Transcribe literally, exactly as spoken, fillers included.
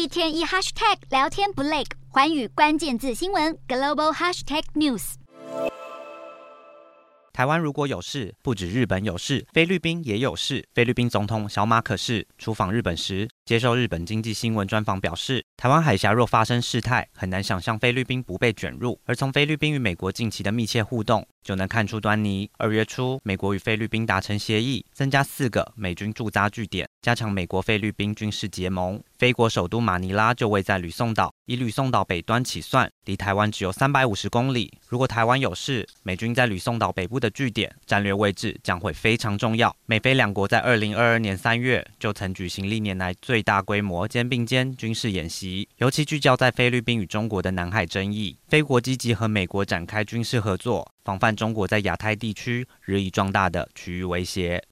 一天一 hashtag 聊天不累，寰宇关键字新闻 global hashtag news。 台湾如果有事，不止日本有事，菲律宾也有事。菲律宾总统小马可仕出访日本时，接受日本经济新闻专访表示，台湾海峡若发生事态，很难想象菲律宾不被卷入。而从菲律宾与美国近期的密切互动，就能看出端倪。二月初，美国与菲律宾达成协议，增加四个美军驻扎据点，加强美国菲律宾军事结盟。菲国首都马尼拉就位在吕宋岛，以吕宋岛北端起算，离台湾只有三百五十公里。如果台湾有事，美军在吕宋岛北部的据点战略位置将会非常重要。美菲两国在二零二二年三月就曾举行历年来最大规模肩并肩军事演习，尤其聚焦在菲律宾与中国的南海争议。菲国积极和美国展开军事合作，防范中国在亚太地区日益壮大的区域威胁。